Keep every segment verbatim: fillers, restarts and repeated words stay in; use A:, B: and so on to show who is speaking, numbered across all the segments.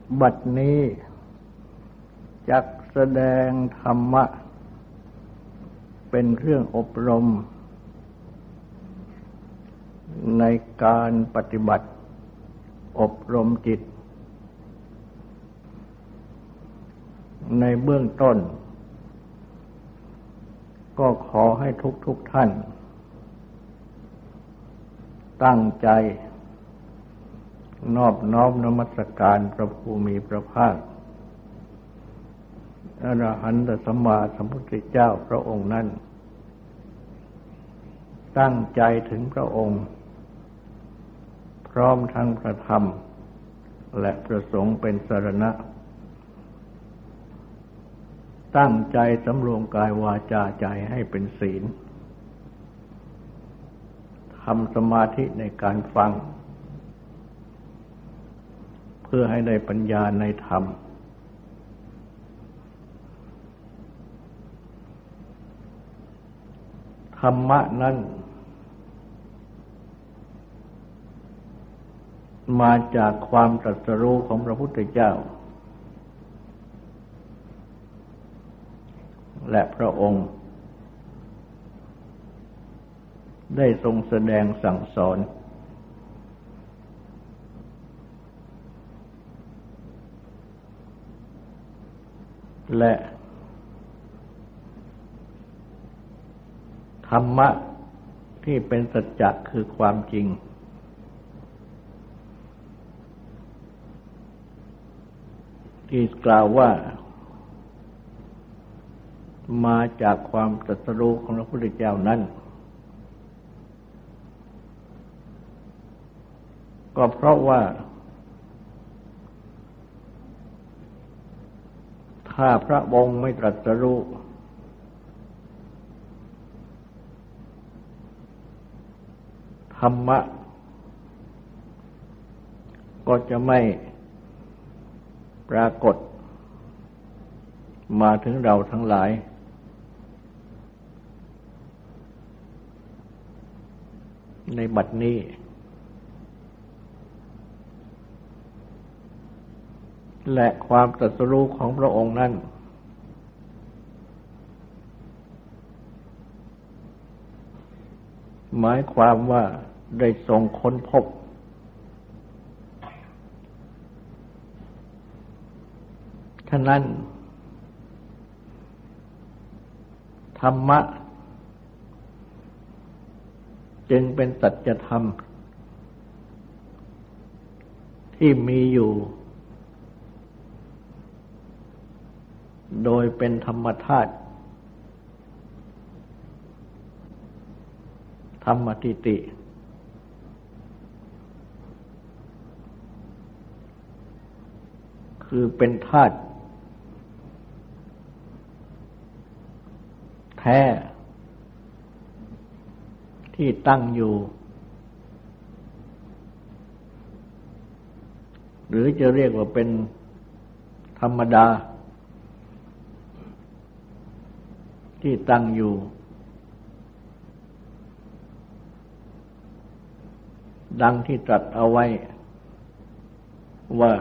A: บัดนี้จักแสดงธรรมะเป็นเครื่องอบรมในการปฏิบัติอบรมจิตในเบื้องต้นก็ขอให้ทุกทุกท่านตั้งใจนอบน้อมนมัสการพระผู้มีพระภาคอรหันตสัมมาสัมพุทธเจ้าพระองค์นั้นตั้งใจถึงพระองค์พร้อมทั้งพระธรรมและพระสงฆ์เป็นสรณะตั้งใจสำรวมกายวาจาใจให้เป็นศีลทำสมาธิในการฟังเพื่อให้ได้ปัญญาในธรรมธรรมะนั้นมาจากความตรัสรู้ของพระพุทธเจ้าและพระองค์ได้ทรงแสดงสั่งสอนและธรรมะที่เป็นสัจจะคือความจริงที่กล่าวว่ามาจากความตรัสรู้ของพระพุทธเจ้านั้นก็เพราะว่าถ้าพระองค์ไม่ตรัสรู้ธรรมะก็จะไม่ปรากฏมาถึงเราทั้งหลายในบัดนี้และความตรัสรู้ของพระองค์นั้นหมายความว่าได้ทรงค้นพบฉะนั้นธรรมะจึงเป็นสัจธรรมที่มีอยู่โดยเป็นธรรมธาตุธรรมทิฏฐิคือเป็นธาตุแท้ที่ตั้งอยู่หรือจะเรียกว่าเป็นธรรมดาที่ตั้งอยู่ดังที่ตรัสเอาไว้ว่า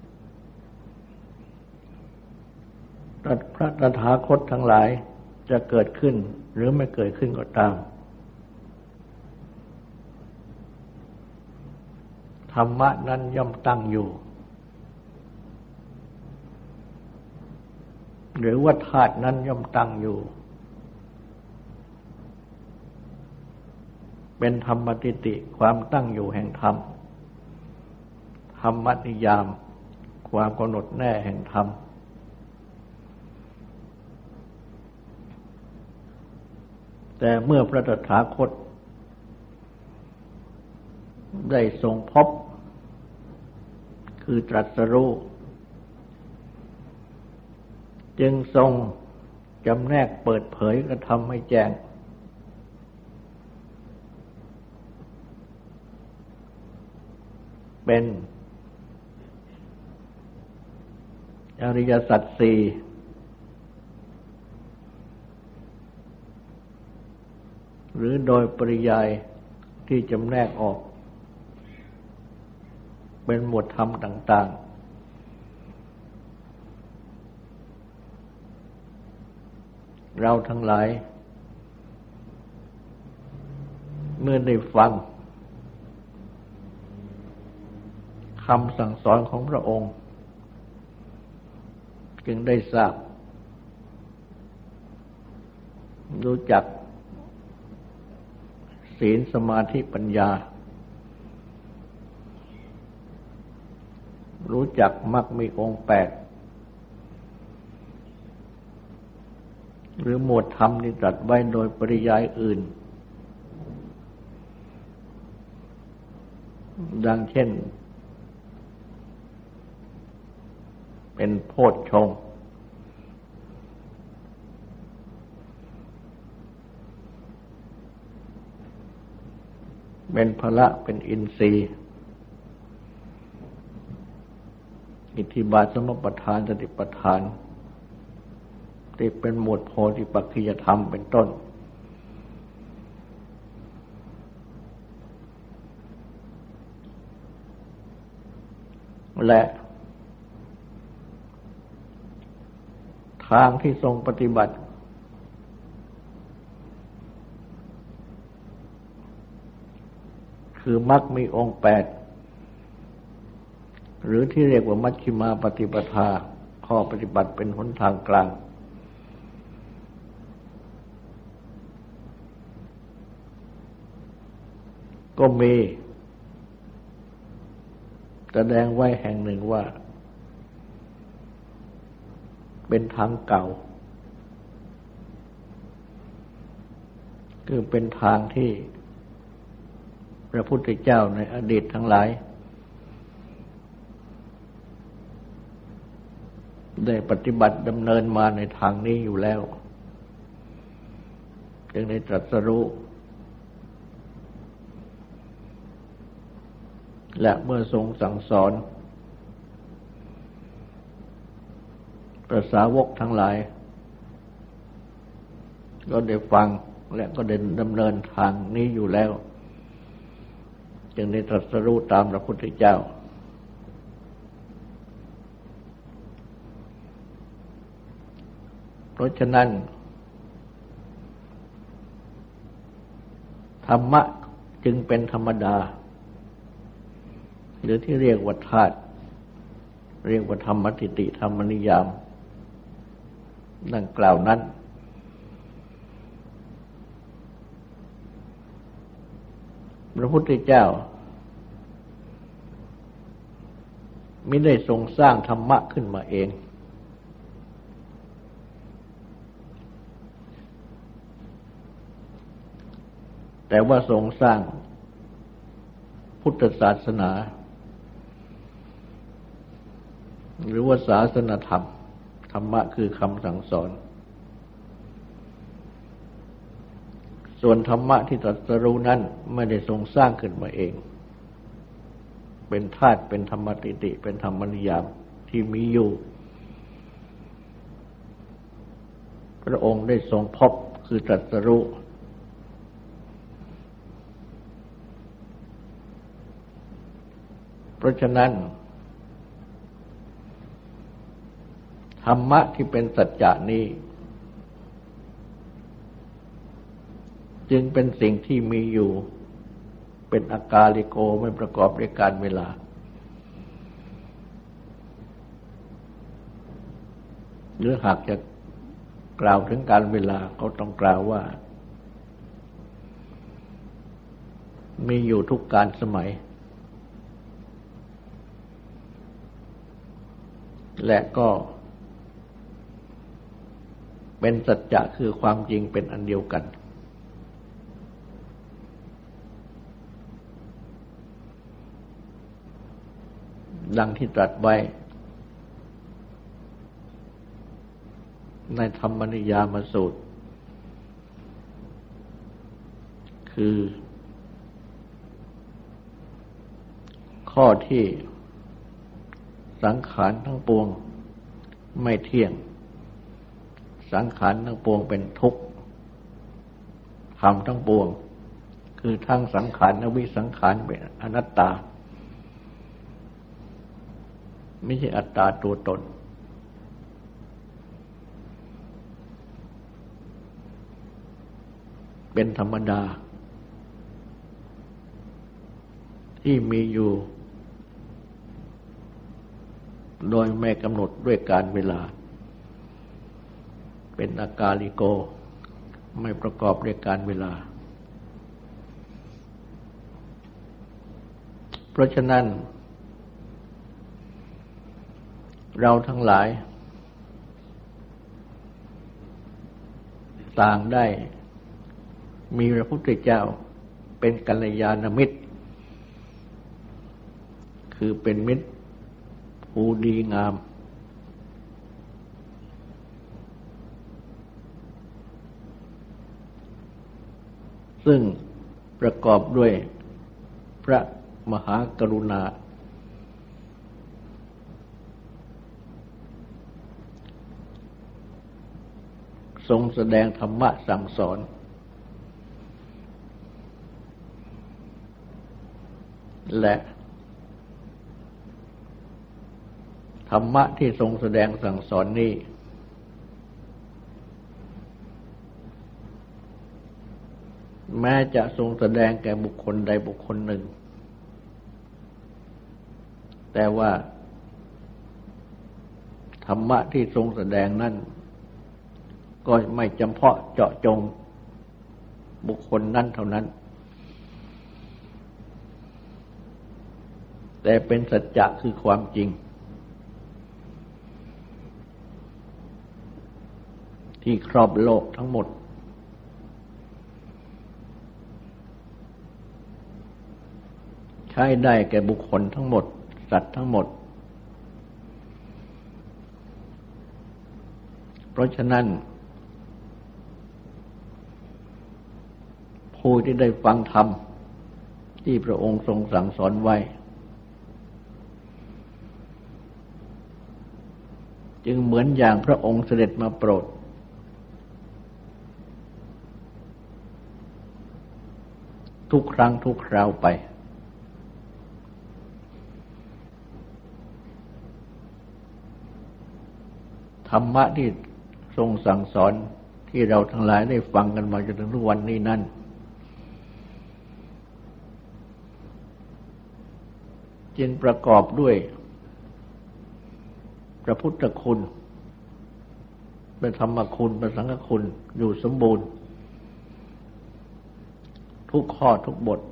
A: พระตถาคตทั้งหลายจะเกิดขึ้นหรือไม่เกิดขึ้นก็ตามธรรมะนั้นย่อมตั้งอยู่หรือว่าธาตุนั้นย่อมตั้งอยู่เป็นธรรมทิฏฐิความตั้งอยู่แห่งธรรมธรรมนิยามความกำหนดแน่แห่งธรรมแต่เมื่อพระตถาคตได้ทรงพบคือตรัสรู้จึงทรงจำแนกเปิดเผยกระทำให้แจ้งเป็นอริยสัจสี่หรือโดยปริยายที่จำแนกออก เป็นหมวดธรรมต่างเราทั้งหลายเมื่อได้ฟังคำสั่งสอนของพระองค์จึงได้ทราบรู้จักศีลสมาธิปัญญารู้จักมรรคมีองค์แปดหรือหมวดธรรมที่ตรัสไว้โดยปริยายอื่นดังเช่นเป็นโพชฌงค์เป็นพละเป็นอินทรีย์อิทธิบาทสมปทานสติปทานที่เป็นหมวดโพธิปักขิยธรรมเป็นต้นและทางที่ทรงปฏิบัติคือมรรคมีองค์แปดหรือที่เรียกว่ามัชฌิมาปฏิปทาข้อปฏิบัติเป็นหนทางกลางก็มีแสดงไว้แห่งหนึ่งว่าเป็นทางเก่าคือเป็นทางที่พระพุทธเจ้าในอดีตทั้งหลายได้ปฏิบัติดำเนินมาในทางนี้อยู่แล้วจึงได้ตรัสรู้และเมื่อทรงสั่งสอนพระสาวกทั้งหลายก็ได้ฟังและก็ได้ดำเนินทางนี้อยู่แล้วจึงได้ตรัสรู้ตามพระพุทธเจ้าเพราะฉะนั้นธรรมะจึงเป็นธรรมดาหรือที่เรียกว่าธาตุเรียกว่าธรรมติติธรรมนิยามดังกล่าวนั้นพระพุทธเจ้าไม่ได้ทรงสร้างธรรมะขึ้นมาเองแต่ว่าทรงสร้างพุทธศาสนาหรือว่าศาสนธรรมธรรมะคือคำสั่งสอนส่วนธรรมะที่ตรัสรู้นั้นไม่ได้ทรงสร้างขึ้นมาเองเป็นธาตุเป็นธรรมติติเป็นธรรมนิยามที่มีอยู่พระองค์ได้ทรงพบคือตรัสรู้เพราะฉะนั้นธรรมะที่เป็นสัจจะนี้จึงเป็นสิ่งที่มีอยู่เป็นอากาลิโกไม่ประกอบด้วยการเวลาหรือหากจะกล่าวถึงการเวลาก็ต้องกล่าวว่ามีอยู่ทุกกาลสมัยและก็เป็นสัจจะคือความจริงเป็นอันเดียวกันดังที่ตรัสไว้ในธรรมนิยามสูตรคือข้อที่สังขารทั้งปวงไม่เที่ยงสังขารทั้งปวงเป็นทุกข์ธรรมทั้งปวงคือทั้งสังขารและวิสังขารเป็นอนัตตาไม่ใช่อัตตาตัวตนเป็นธรรมดาที่มีอยู่โดยไม่กำหนดด้วยการเวลาเป็นอากาลิโกไม่ประกอบด้วยการเวลาเพราะฉะนั้นเราทั้งหลายต่างได้มีพระพุทธเจ้าเป็นกัลยาณมิตรคือเป็นมิตรผู้ดีงามซึ่งประกอบด้วยพระมหากรุณาทรงแสดงธรรมะสั่งสอนและธรรมะที่ทรงแสดงสั่งสอนนี้แม้จะทรงแสดงแก่บุคคลใดบุคคลหนึ่งแต่ว่าธรรมะที่ทรงแสดงนั้นก็ไม่จำเพาะเจาะจงบุคคลนั้นเท่านั้นแต่เป็นสัจจะคือความจริงที่ครอบโลกทั้งหมดใช้ได้แก่บุคคลทั้งหมดสัตว์ทั้งหมดเพราะฉะนั้นผู้ที่ได้ฟังธรรมที่พระองค์ทรงสั่งสอนไว้จึงเหมือนอย่างพระองค์เสด็จมาโปรดทุกครั้งทุกคราวไปธรรมะที่ทรงสั่งสอนที่เราทั้งหลายได้ฟังกันมาจนถึงทุกวันนี้นั่นจึงประกอบด้วยพระพุทธคุณพระธรรมคุณพระสังฆคุณอยู่สมบูรณ์ทุกข้อทุกบท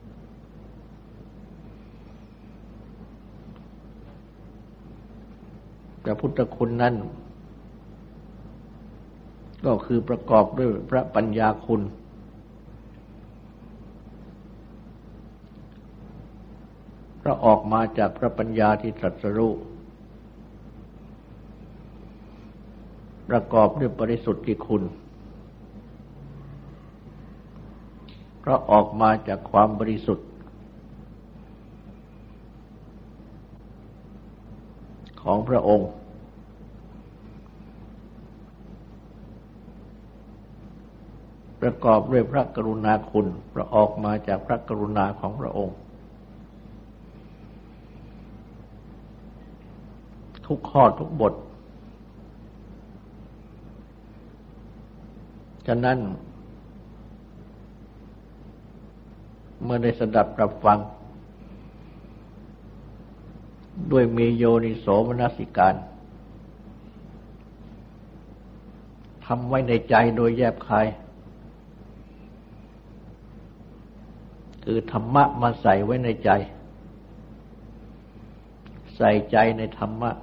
A: พระพุทธคุณนั้นก็คือประกอบด้วยพระปัญญาคุณเพราะออกมาจากพระปัญญาที่ตรัสรู้ประกอบด้วยบริสุทธิคุณเพราะออกมาจากความบริสุทธิ์ของพระองค์ประกอบด้วยพระกรุณาคุณเพราะออกมาจากพระกรุณาของพระองค์ทุกข้อทุกบทฉะนั้นเมื่อได้สดับรับฟังด้วยมีโยนิโสมนสิการทำไว้ในใจโดยแยบคายคือธรรมะมาใส่ไว้ในใจใส่ใจในธรรมะ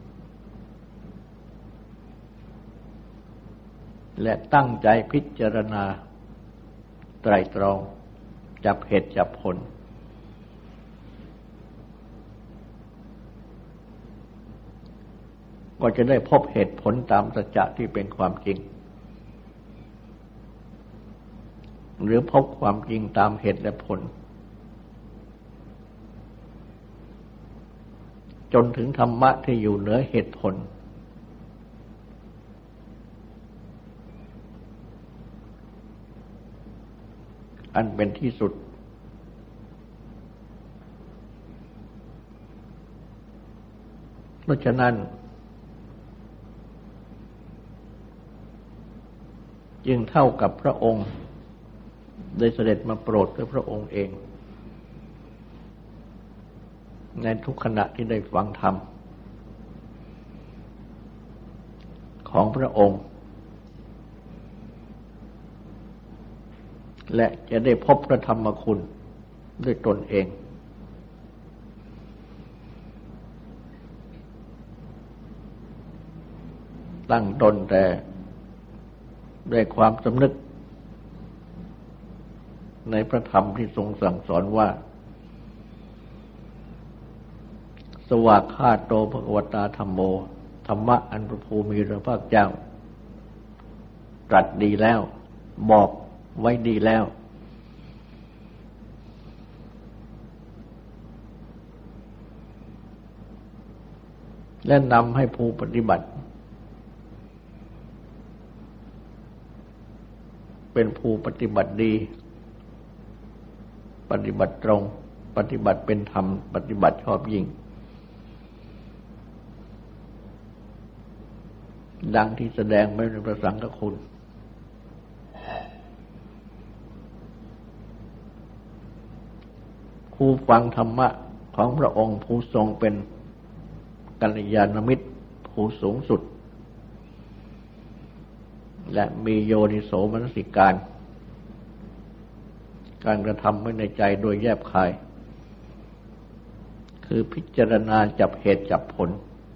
A: และตั้งใจพิจารณาไตร่ตรองจับเหตุจับผลก็จะได้พบเหตุผลตามสัจจะที่เป็นความจริงหรือพบความจริงตามเหตุและผลจนถึงธรรมะที่อยู่เหนือเหตุผลอันเป็นที่สุดเพราะฉะนั้นจึงเท่ากับพระองค์ได้เสด็จมาโปรดด้วยพระองค์เองในทุกขณะที่ได้ฟังธรรมของพระองค์และจะได้พบพระธรรมคุณด้วยตนเองตั้งตนแต่ด้วยความสำนึกในพระธรรมที่ทรงสั่งสอนว่าสวากขาโตภควตาธัมโมธรรมะอันพระภูมิพระภาคเจ้าตรัสดีแล้วบอกไว้ดีแล้วและนำให้ผู้ปฏิบัติเป็นผู้ปฏิบัติดีปฏิบัติตรงปฏิบัติเป็นธรรมปฏิบัติชอบยิ่งดังที่แสดงไว้ในพระสังฆคุณผู้ฟังธรรมะของพระองค์ผู้ทรงเป็นกัลยาณมิตรผู้สูงสุดและมีโยนิโสมนสิการการกระทำไว้ในใจโดยแยบคายคือพิจารณาจับเหตุจับผล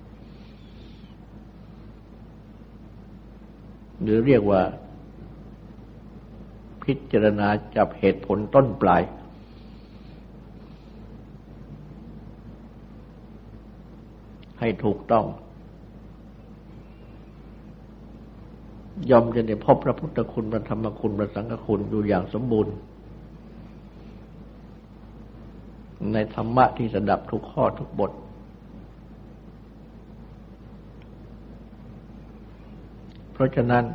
A: หรือเรียกว่าพิจารณาจับเหตุผลต้นปลายให้ถูกต้องย่อมจะได้พบพระพุทธคุณพระธรรมคุณพระสังฆคุณอยู่อย่างสมบูรณ์ในธรรมะที่สดับทุกข้อทุกบทเพราะฉะนั้น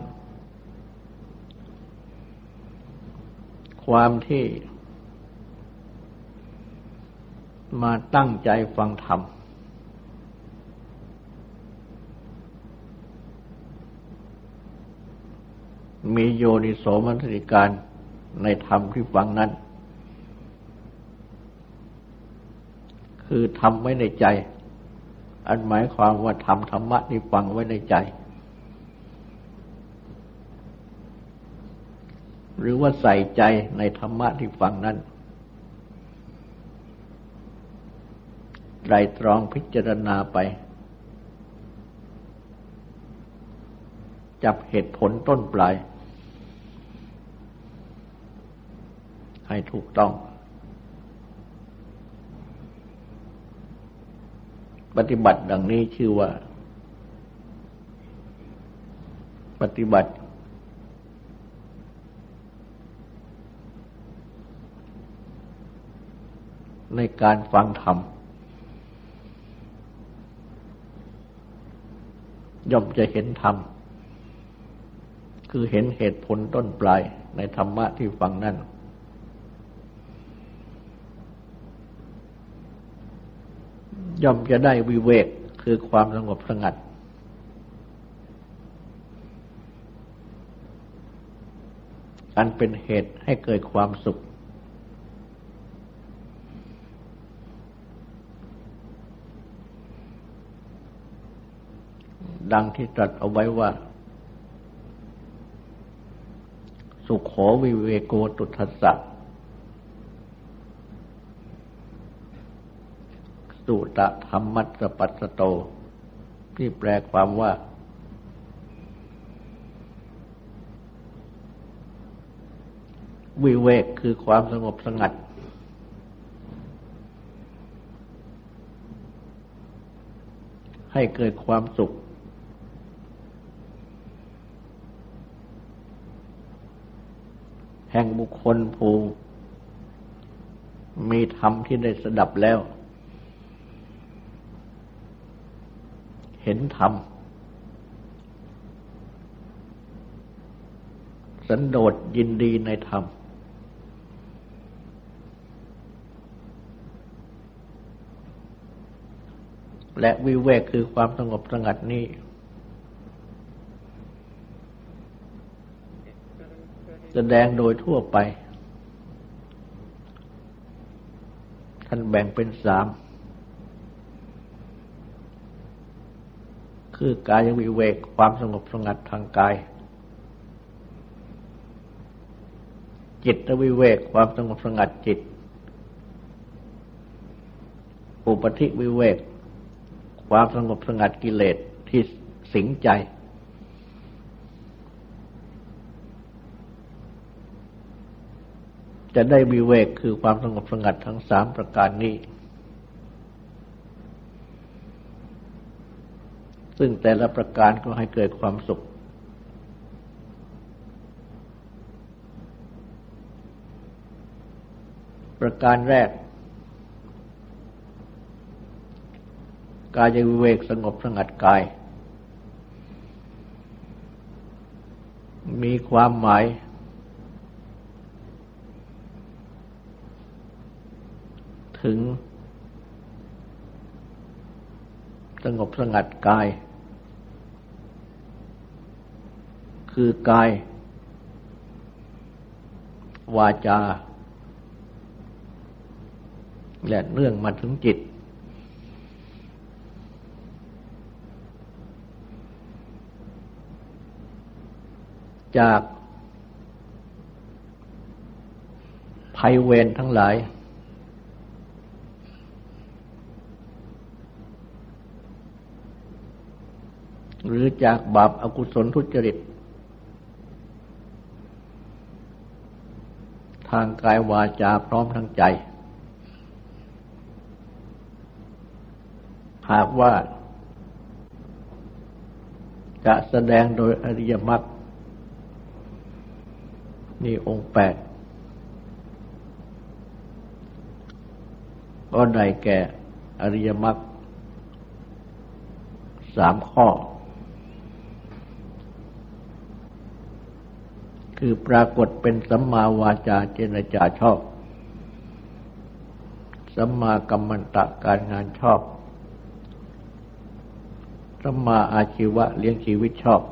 A: ความที่มาตั้งใจฟังธรรมมีโยนิโสมนสิการในธรรมที่ฟังนั้นคือทำไว้ในใจอันหมายความว่าทำธรรมะที่ฟังไว้ในใจหรือว่าใส่ใจในธรรมะที่ฟังนั้นไตร่ตรองพิจารณาไปจับเหตุผลต้นปลายให้ถูกต้องปฏิบัติดังนี้ชื่อว่าปฏิบัติในการฟังธรรมย่อมจะเห็นธรรมคือเห็นเหตุผลต้นปลายในธรรมะที่ฟังนั้นย่อมจะได้วิเวกคือความสงบสงัดอันเป็นเหตุให้เกิดความสุขดังที่ตรัสเอาไว้ว่าสุขโขวิเวโกตุทัสสะสุตะธรรมัสสะปัสสโตที่แปลความว่าวิเวกคือความสงบสงัดให้เกิดความสุขแห่งบุคคลผู้มีธรรมที่ได้สดับแล้วเห็นธรรมสันโดษยินดีในธรรมและวิเวกคือความสงบสงัดนี้แสดงโดยทั่วไปานแบ่งเป็นสามคือกายวิเวกความสงบสงัดทางกายจิตวิเวกความสงบสงัดจิตอุปธิวิเวกความสงบสงัดกิเลสที่สิงใจจะได้วิเวกคือความสงบสงัดทั้งสามประการนี้ซึ่งแต่ละประการก็ให้เกิดความสุขประการแรกกายวิเวกสงบสงัดกายมีความหมายถึงสงบสงัดกายคือกายวาจาและเนื่องมาถึงจิตจากภัยเวรทั้งหลายหรือจากบาปอกุศลทุจริตทางกายวาจาพร้อมทั้งใจหากว่าจะแสดงโดยอริยมรรคนี่องค์แปดก็ได้แก่อริยมรรคสามข้อคือปรากฏเป็นสัมมาวาจาเจรจาชอบสัมมากัมมันตะการงานชอบสัมมาอาชีวะเลี้ยงชีวิตชอบ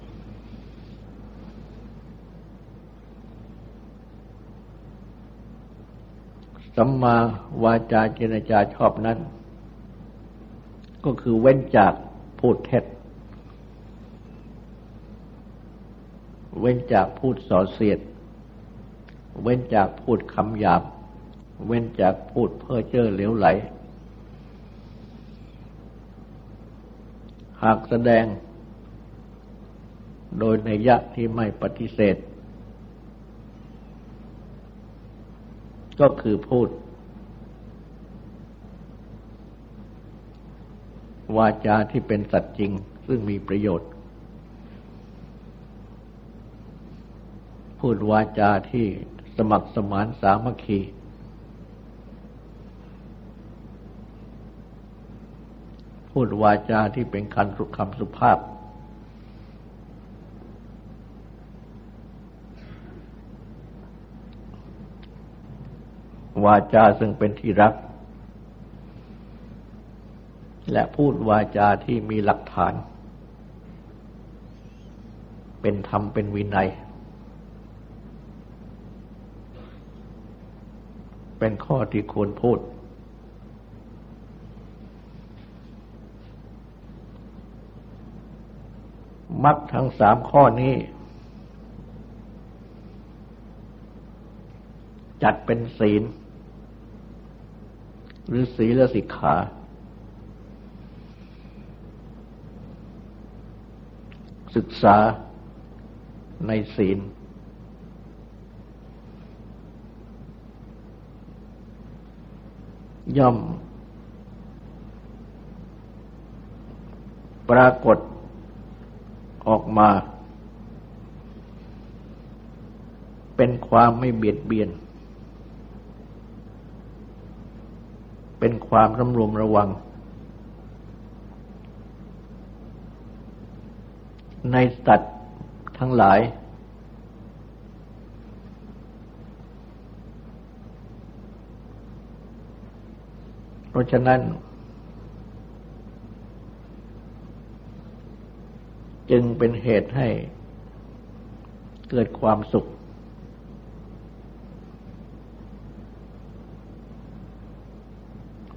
A: สัมมาวาจาเจรจาชอบนั้นก็คือเว้นจากพูดเท็จเว้นจากพูดส่อเสียดเว้นจากพูดคำหยาบเว้นจากพูดเพ้อเจ้อเหลวไหลหากแสดงโดยนัยยะที่ไม่ปฏิเสธก็คือพูดวาจาที่เป็นสัตย์จริงซึ่งมีประโยชน์พูดวาจาที่สมัครสมานสามัคคีพูดวาจาที่เป็นคำคำสุภาพวาจาซึ่งเป็นที่รักและพูดวาจาที่มีหลักฐานเป็นธรรมเป็นวินัยเป็นข้อที่ควรพูดมรรคทั้งสามข้อนี้จัดเป็นศีลหรือศีลสิกขาศึกษาในศีลย่อมปรากฏออกมาเป็นความไม่เบียดเบียนเป็นความสำรวมระวังในสัตว์ทั้งหลายเพราะฉะนั้นจึงเป็นเหตุให้เกิดความสุข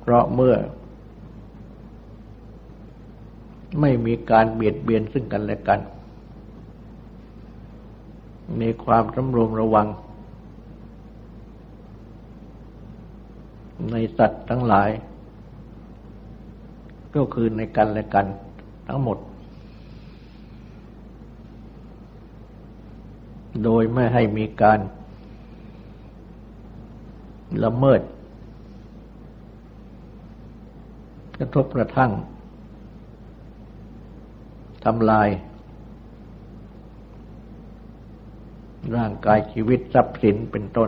A: เพราะเมื่อไม่มีการเบียดเบียนซึ่งกันและกันมีความสำรวมระวังในสัตว์ทั้งหลายก็คือในกันและกันทั้งหมดโดยไม่ให้มีการละเมิดกระทบกระทั่งทำลายร่างกายชีวิตทรัพย์สินเป็นต้น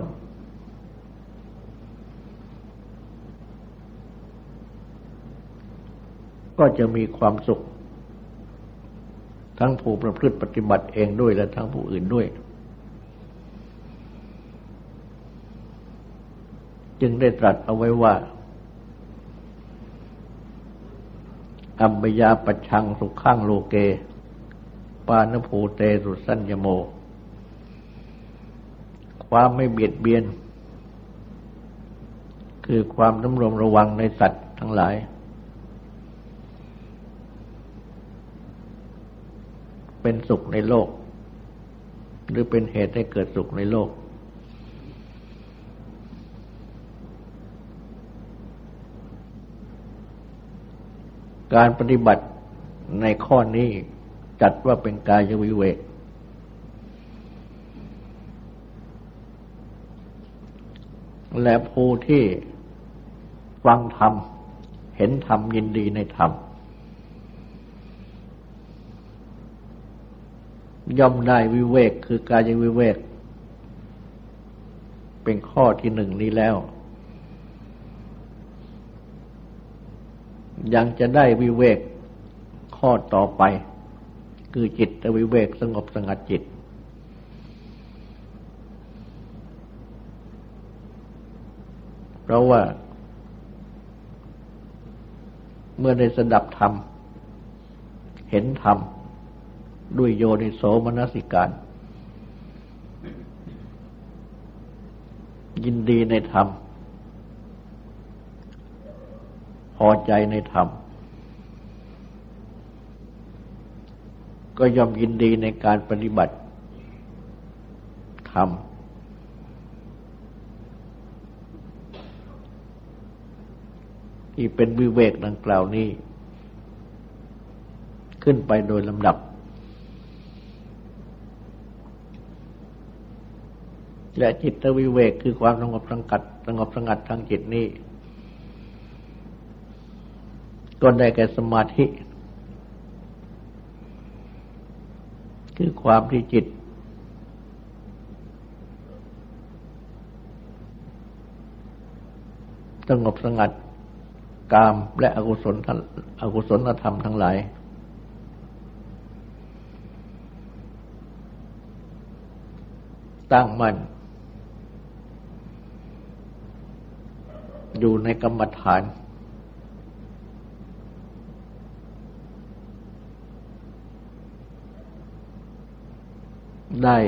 A: ก็จะมีความสุขทั้งผู้ประพฤติปฏิบัติเองด้วยและทั้งผู้อื่นด้วยจึงได้ตรัสเอาไว้ว่าอัมปยาปัชชังสุขังโลเกปานภูเตสุสัญญโมความไม่เบียดเบียนคือความสำรวมระวังในสัตว์ทั้งหลายเป็นสุขในโลกหรือเป็นเหตุให้เกิดสุขในโลกการปฏิบัติในข้อนี้จัดว่าเป็นกายวิเวกและผู้ที่ฟังธรรมเห็นธรรมยินดีในธรรมย่อมได้วิเวกคือกายวิเวกเป็นข้อที่หนึ่งนี้แล้วยังจะได้วิเวกข้อต่อไปคือจิตวิเวกสงบสงัดจิตเพราะว่าเมื่อได้สดับธรรมเห็นธรรมด้วยโยนิโสมนสิการยินดีในธรรมพอใจในธรรมก็ย่อมยินดีในการปฏิบัติธรรมที่เป็นวิเวกดังกล่าวนี้ขึ้นไปโดยลำดับและจิตวิเวกคือความสงบสงัดสงบสงัดทางจิตนี้ก็ได้แก่สมาธิคือความที่จิตสงบสงัดกามและอกุศลอกุศลธรรมทั้งหลายตั้งมั่นอยู่ในกรรมฐานได้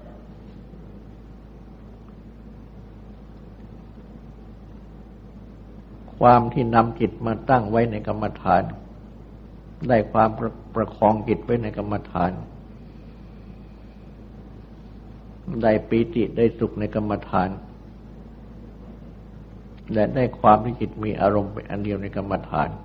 A: ความที่นำจิตมาตั้งไว้ในกรรมฐานได้ความประประคองจิตไว้ในกรรมฐานได้ปีติได้สุขในกรรมฐานและได้ความที่จิตมีอารมณ์เป็นอันเดียวในกรรมฐาน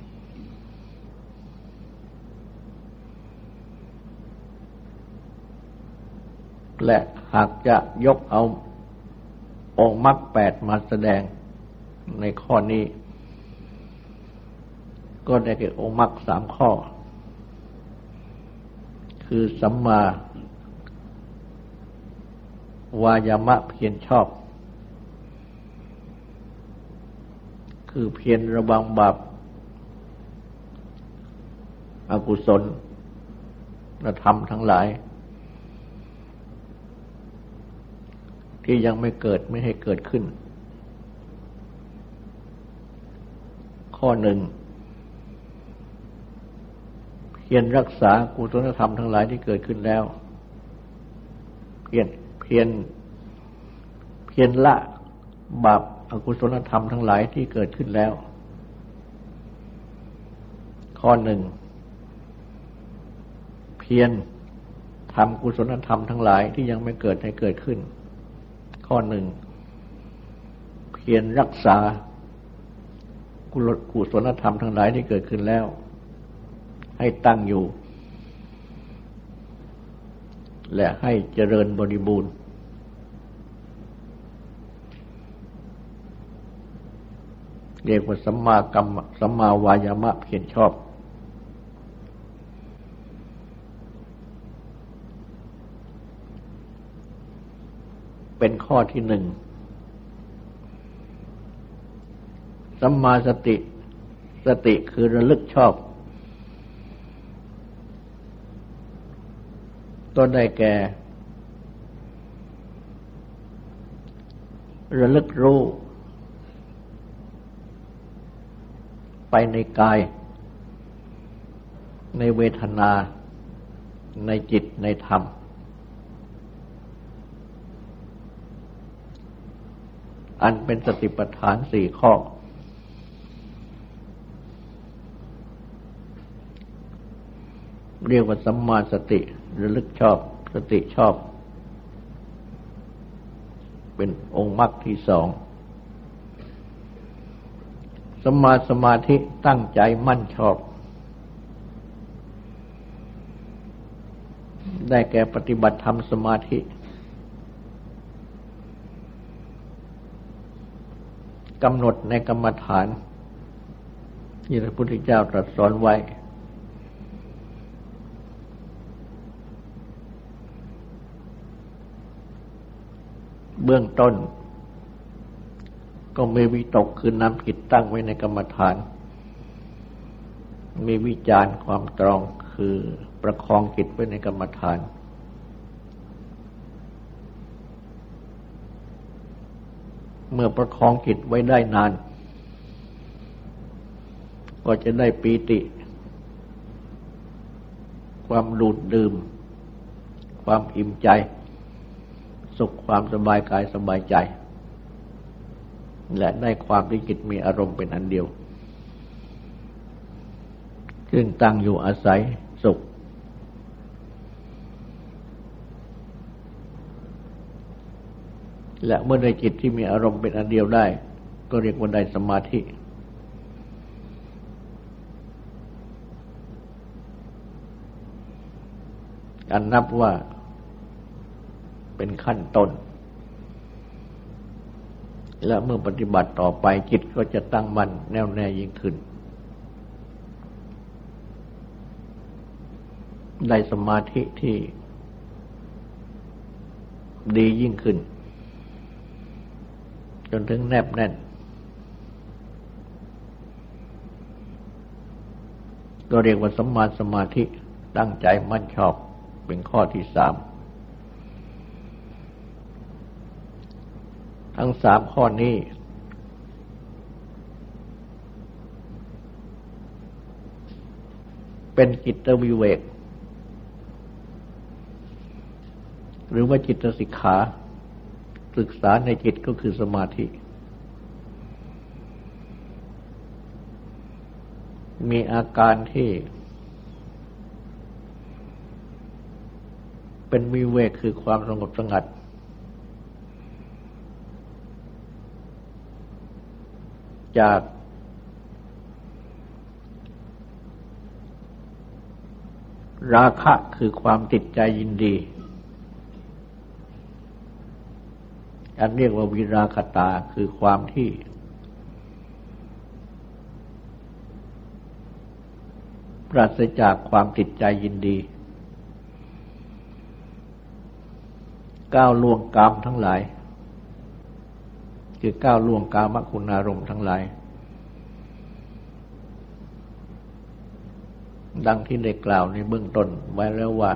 A: และหากจะยกเอาองค์มรรคแปดมาแสดงในข้อนี้ก็ได้แก่องค์มรรคสามข้อคือสัมมาวายามะเพียรชอบคือเพียรระวังบาปอกุศลธรรมทั้งหลายที่ยังไม่เกิดไม่ให้เกิดขึ้นข้อหนึ่งเพียรรักษากุศลธรรมทั้งหลายที่เกิดขึ้นแล้วเพียรเพียรเพียรละบาปอกุศลธรรมทั้งหลายที่เกิดขึ้นแล้วข้อหนึ่งเพียรทำกุศลธรรมทั้งหลายที่ยังไม่เกิดให้เกิดขึ้นข้อหนึ่งเพียรรักษากุศลธรรมทั้งหลายที่เกิดขึ้นแล้วให้ตั้งอยู่และให้เจริญบริบูรณ์เรียกว่าสัมมากัมมะสัมมาวายามะเพียรชอบเป็นข้อที่หนึ่งสัมมาสติสติคือระลึกชอบก็ได้แก่ระลึกรู้ไปในกายในเวทนาในจิตในธรรมอันเป็นสติปัฏฐานสี่ข้อเรียกว่าสัมมาสติระลึกชอบสติชอบเป็นองค์มรรคที่สองสัมมาสมาธิตั้งใจมั่นชอบได้แก่ปฏิบัติธรรมสมาธิกำหนดในกรรมฐานที่พระพุทธเจ้าตรัสสอนไว้เบื้องต้นก็มีวิตกคือนำจิตตั้งไว้ในกรรมฐานมีวิจารณ์ความตรองคือประคองจิตไว้ในกรรมฐานเมื่อประคองจิตไว้ได้นานก็จะได้ปีติความดูดดื่มความอิ่มใจสุขความสบายกายสบายใจและได้ความที่จิตมีอารมณ์เป็นอันเดียวซึ่งตั้งอยู่อาศัยสุขและเมื่อได้จิตที่มีอารมณ์เป็นอันเดียวได้ก็เรียกว่าได้สมาธิอันนับว่าเป็นขั้นต้นและเมื่อปฏิบัติต่อไปจิตก็จะตั้งมั่นแน่วแน่ยิ่งขึ้นได้สมาธิที่ดียิ่งขึ้นจนถึงแนบแน่นก็เรียกว่าสัมมาสมาธิตั้งใจมั่นชอบเป็นข้อที่สามทั้งสามข้อนี้เป็นจิตวิเวกหรือว่าจิตสิกขาศึกษาในจิตก็คือสมาธิมีอาการที่เป็นวิเวกคือความสงบสงัดจากราคะคือความติดใจยินดีอันเรียกว่าวิราคตาคือความที่ปราศจากความติดใจยินดีก้าวล่วงกามทั้งหลายคือก้าวล่วงกามคุณอารมณ์ทั้งหลายดังที่ได้กล่าวในเบื้องต้นไว้แล้วว่า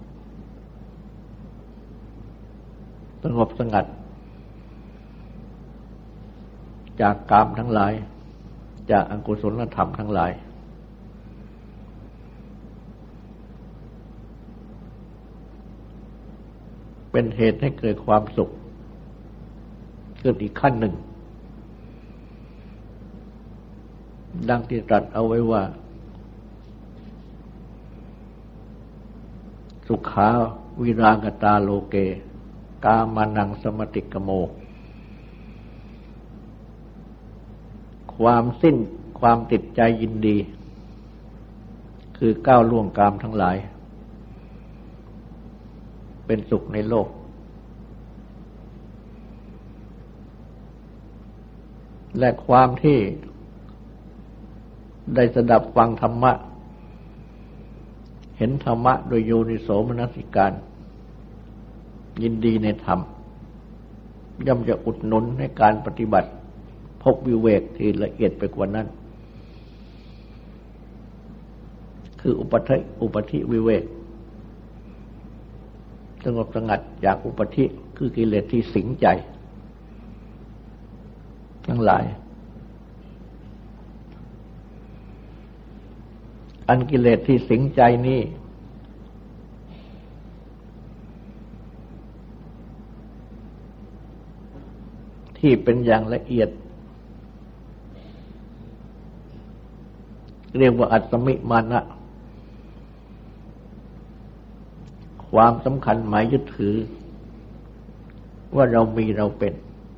A: สงบสงัดจากกามทั้งหลายจากอกุศลธรรมทั้งหลายเป็นเหตุให้เกิดความสุขเกิดอีกขั้นหนึ่งดังที่ตรัสเอาไว้ว่าสุขาวิรากตาโลเกกามานังสมติกโมความสิ้นความติดใจยินดีคือก้าวล่วงกามทั้งหลายเป็นสุขในโลกและความที่ได้สดับฟังธรรมะเห็นธรรมะโดยโยนิโสมนสิการยินดีในธรรมย่อมจะอุดหนุนในการปฏิบัติพบวิเวกที่ละเอียดไปกว่านั้นคืออุปธิอุปธิวิเวกสงบสงัดจากอุปธิคือกิเลสที่สิงใจทั้งหลายอันกิเลสที่สิงใจนี้ที่เป็นอย่างละเอียดเรียกว่าอัตตมิมานะความสำคัญหมายยึดถือว่าเรามีเราเป็น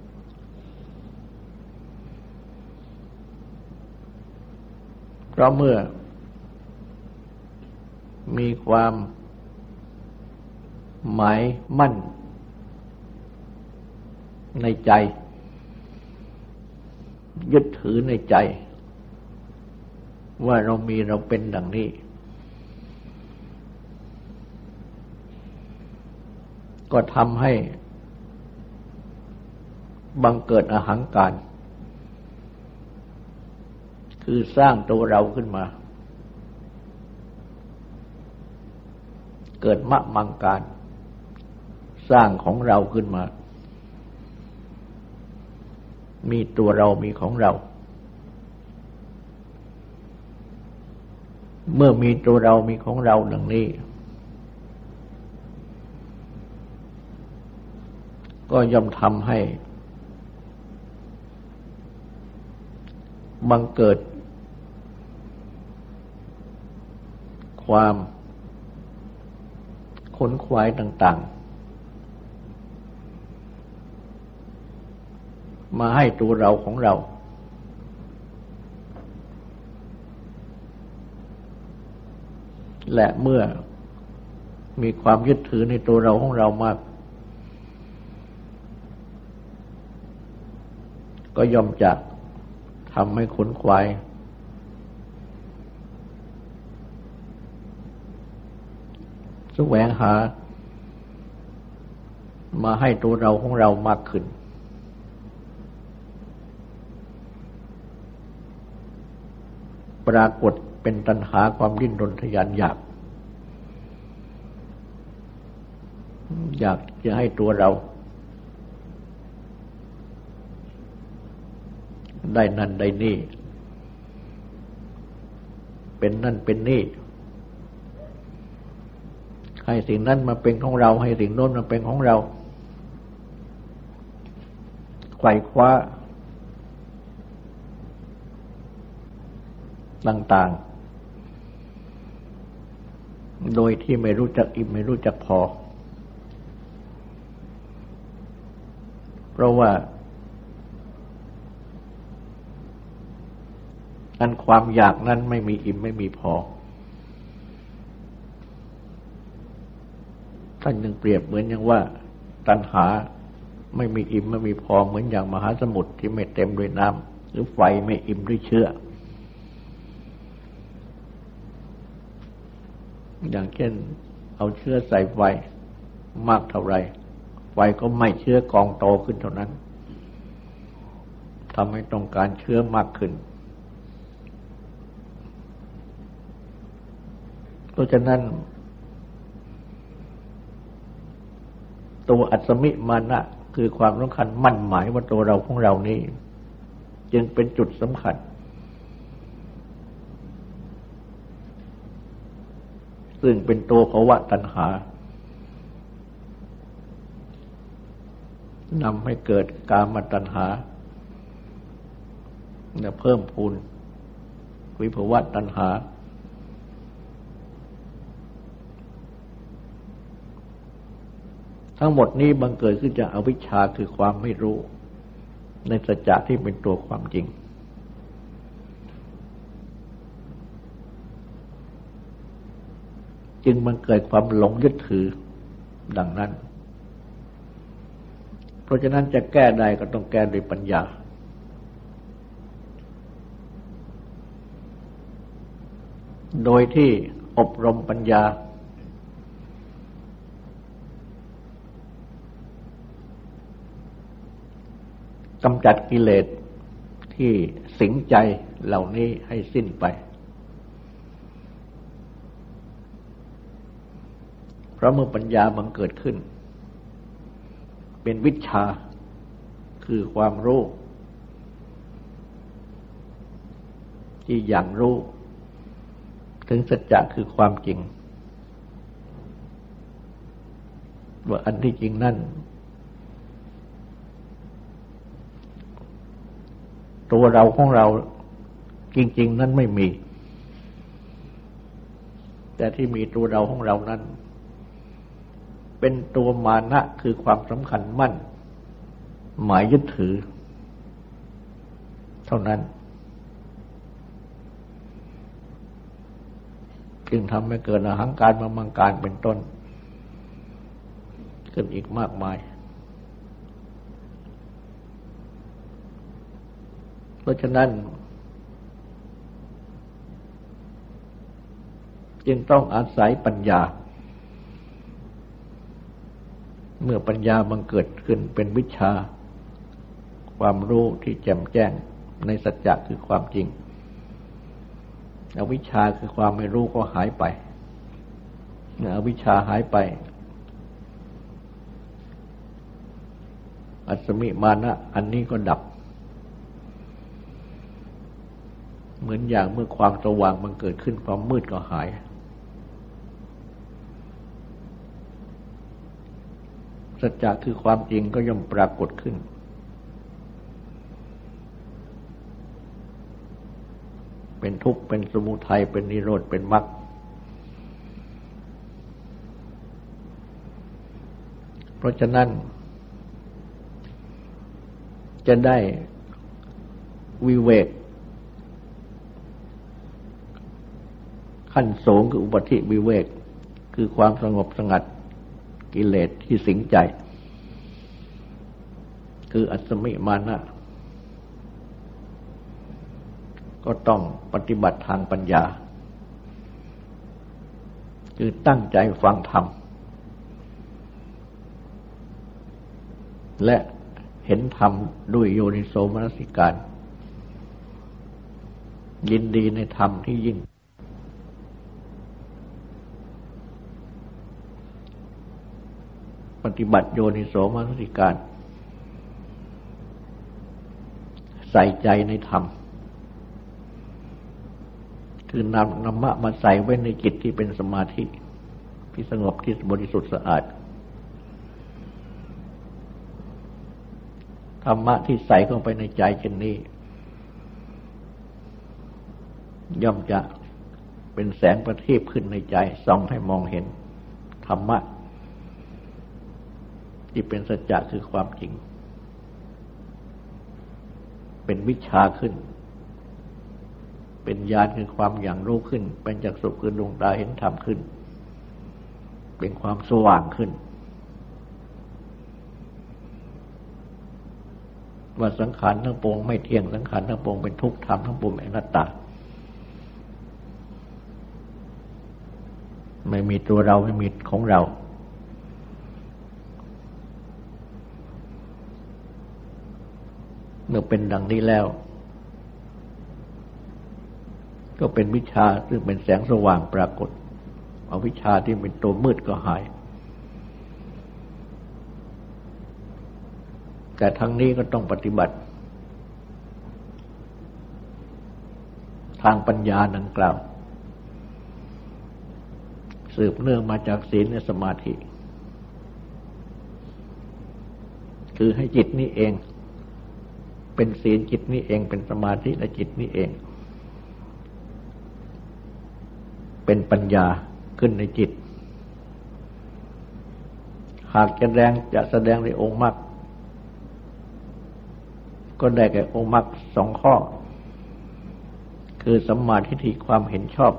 A: เพราะเมื่อมีความหมายมั่นในใจยึดถือในใจว่าเรามีเราเป็นดังนี้ก็ทำให้บังเกิดอหังการคือสร้างตัวเราขึ้นมาเกิดมะมังการสร้างของเราขึ้นมามีตัวเรามีของเราเมื่อมีตัวเรามีของเราดังนี้ก็ย่อมทำให้บังเกิดความขนขวายต่างๆมาให้ตัวเราของเราและเมื่อมีความยึดถือในตัวเราของเรามากก็ย่อมจะทำให้ขนขวายแสวงหามาให้ตัวเราของเรามากขึ้นปรากฏเป็นตัณหาความดิ้นรนทยานอยากอยากจะให้ตัวเราได้นั่นได้นี่เป็นนั่นเป็นนี่ให้สิ่งนั้นมาเป็นของเราให้สิ่งโน้นมาเป็นของเราไขว่คว้าต่างๆโดยที่ไม่รู้จักอิ่มไม่รู้จักพอเพราะว่าอันความอยากนั้นไม่มีอิ่มไม่มีพอท่านยังเปรียบเหมือนอย่างว่าตัณหาไม่มีอิ่มไม่มีพอเหมือนอย่างมหาสมุทรที่ไม่เต็มด้วยน้ำหรือไฟไม่อิ่มด้วยเชื้ออย่างเช่นเอาเชื้อใส่ไฟมากเท่าไรไฟก็ไหม้เชื้อกองโตขึ้นเท่านั้นทำให้ต้องการเชื้อมากขึ้นเพราะฉะนั้นตัวอัตสมิมานะคือความสำคัญมั่นหมายว่าตัวเราของเรานี้จึงเป็นจุดสำคัญซึ่งเป็นตัวภวะตัณหานำให้เกิดกามตัณหาและเพิ่มพูนวิภวะตัณหาทั้งหมดนี้บังเกิดขึ้นจากอวิชชาคือความไม่รู้ในสัจจะที่เป็นตัวความจริงจึงมันเกิดความหลงยึดถือดังนั้นเพราะฉะนั้นจะแก้ได้ก็ต้องแก้ด้วยปัญญาโดยที่อบรมปัญญากำจัดกิเลสที่สิงใจเหล่านี้ให้สิ้นไปเพราะเมื่อปัญญาบังเกิดขึ้นเป็นวิชชาคือความรู้ที่อย่างรู้ถึงสัจจะคือความจริงว่าอันที่จริงนั่นตัวเราของเราจริงๆนั้นไม่มีแต่ที่มีตัวเราของเรานั้นเป็นตัวมานะคือความสำคัญมั่นหมายยึดถือเท่านั้นจึงทำให้เกิดอหังการมามังการเป็นต้นขึ้นอีกมากมายเพราะฉะนั้นจึงต้องอาศัยปัญญาเมื่อปัญญาบังเกิดขึ้นเป็นวิชชาความรู้ที่แจ่มแจ้งในสัจจะคือความจริงอวิชชาคือความไม่รู้ก็หายไปเมื่ออวิชชาหายไปอัศมิมานะอันนี้ก็ดับเหมือนอย่างเมื่อความสว่างมันเกิดขึ้นความมืดก็หายสัจจะคือความจริงก็ย่อมปรากฏขึ้นเป็นทุกข์เป็นสมุทัยเป็นนิโรธเป็นมรรคเพราะฉะนั้นจะได้วิเวกขั้นสูงคืออุปธิวิเวกคือความสงบสงัดกิเลสที่สิงใจคืออัศมิมานะก็ต้องปฏิบัติทางปัญญาคือตั้งใจฟังธรรมและเห็นธรรมด้วยโยนิโสมนสิการยินดีในธรรมที่ยิ่งปฏิบัติโยนิโสมนสิการใส่ใจในธรรมคือนำนำมะมาใส่ไว้ในจิตที่เป็นสมาธิที่สงบที่บริสุทธิ์สะอาดธรรมะที่ใส่เข้าไปในใจเช่นนี้ย่อมจะเป็นแสงประทีปขึ้นในใจส่องให้มองเห็นธรรมะที่เป็นสัจจะคือความจริงเป็นวิชชาขึ้นเป็นญาณคือความอย่างรู้ขึ้นเป็นจักษุคือดวงตาเห็นธรรมขึ้นเป็นความสว่างขึ้นว่าสังขารทั้งปวงไม่เที่ยงสังขารทั้งปวงเป็นทุกข์ธรรมทั้งปวงเป็นอนัตตาไม่มีตัวเราไม่มีของเราเมื่อเป็นดังนี้แล้วก็เป็นวิชชาซึ่งเป็นแสงสว่างปรากฏอวิชชาที่เป็นตัวมืดก็หายแต่ทั้งนี้ก็ต้องปฏิบัติทางปัญญาดังกล่าวสืบเนื่องมาจากศีลและสมาธิคือให้จิตนี้เองเป็นศีลจิตนี้เองเป็นสมาธิและจิตนี้เองเป็นปัญญาขึ้นในจิตหากจะแสดงจะแสดงในองค์มรรคก็ได้แก่องค์มรรคสองข้อคือสัมมาทิฏฐิความเห็นชอบ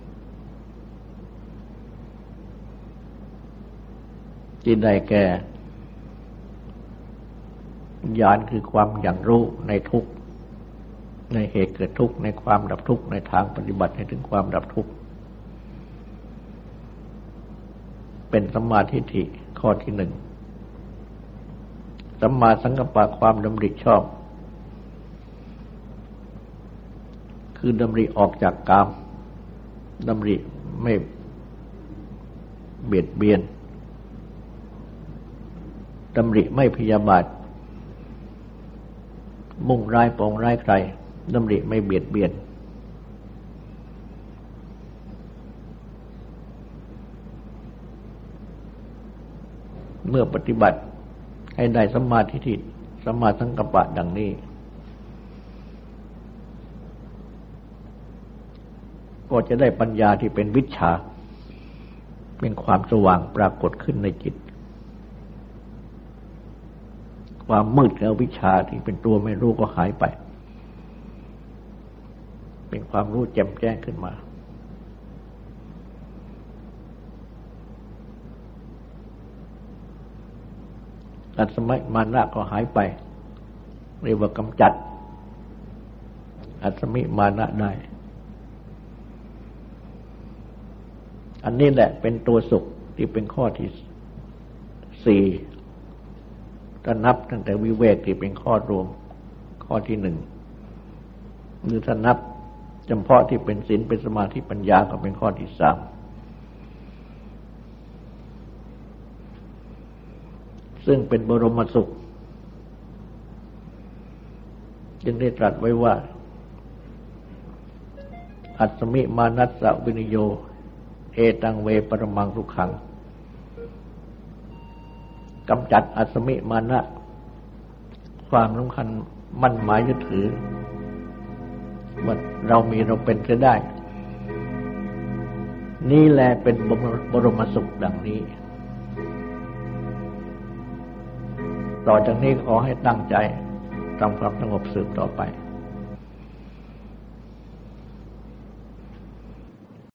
A: ที่ได้แก่ญาณคือความอย่างรู้ในทุกข์ในเหตุเกิดทุกข์ในความดับทุกข์ในทางปฏิบัติให้ถึงความดับทุกข์เป็นสัมมาทิฏฐิข้อที่หนึ่งสัมมาสังกัปปะความดำริชอบคือดำริออกจากกามดำริไม่เบียดเบียนดำริไม่พยาบาทมุ่งร้ายปองร้ายใครดำริไม่เบียดเบียนเมื่อปฏิบัติให้ได้สัมมาทิฏฐิสัมมาสังกัปปะดังนี้ก็จะได้ปัญญาที่เป็นวิชชาเป็นความสว่างปรากฏขึ้นในจิตความมืดและวิชชาที่เป็นตัวไม่รู้ก็หายไปเป็นความรู้แจ่มแจ้งขึ้นมาอัตมิมานะก็หายไปเรียกว่ากำจัดอัตมิมานะได้อันนี้แหละเป็นตัวสุขที่เป็นข้อที่สี่ถ้านับตั้งแต่วิเวกที่เป็นข้อรวมข้อที่หนึ่งหรือถ้านับเฉพาะที่เป็นศีลเป็นสมาธิปัญญาก็เป็นข้อที่สามซึ่งเป็นบรมสุขจึงได้ตรัสไว้ว่าอัตมิมานัสสะวินิโยเอตังเวปรมังสุขังกำจัดอัตมิมานะความสำคัญมั่นหมายยึดถือว่าเรามีเราเป็นจะได้นี่แหละเป็นบรมสุขดังนี้ต่อจากนี้ขอให้ตั้งใจทำความสงบสืบต่อไป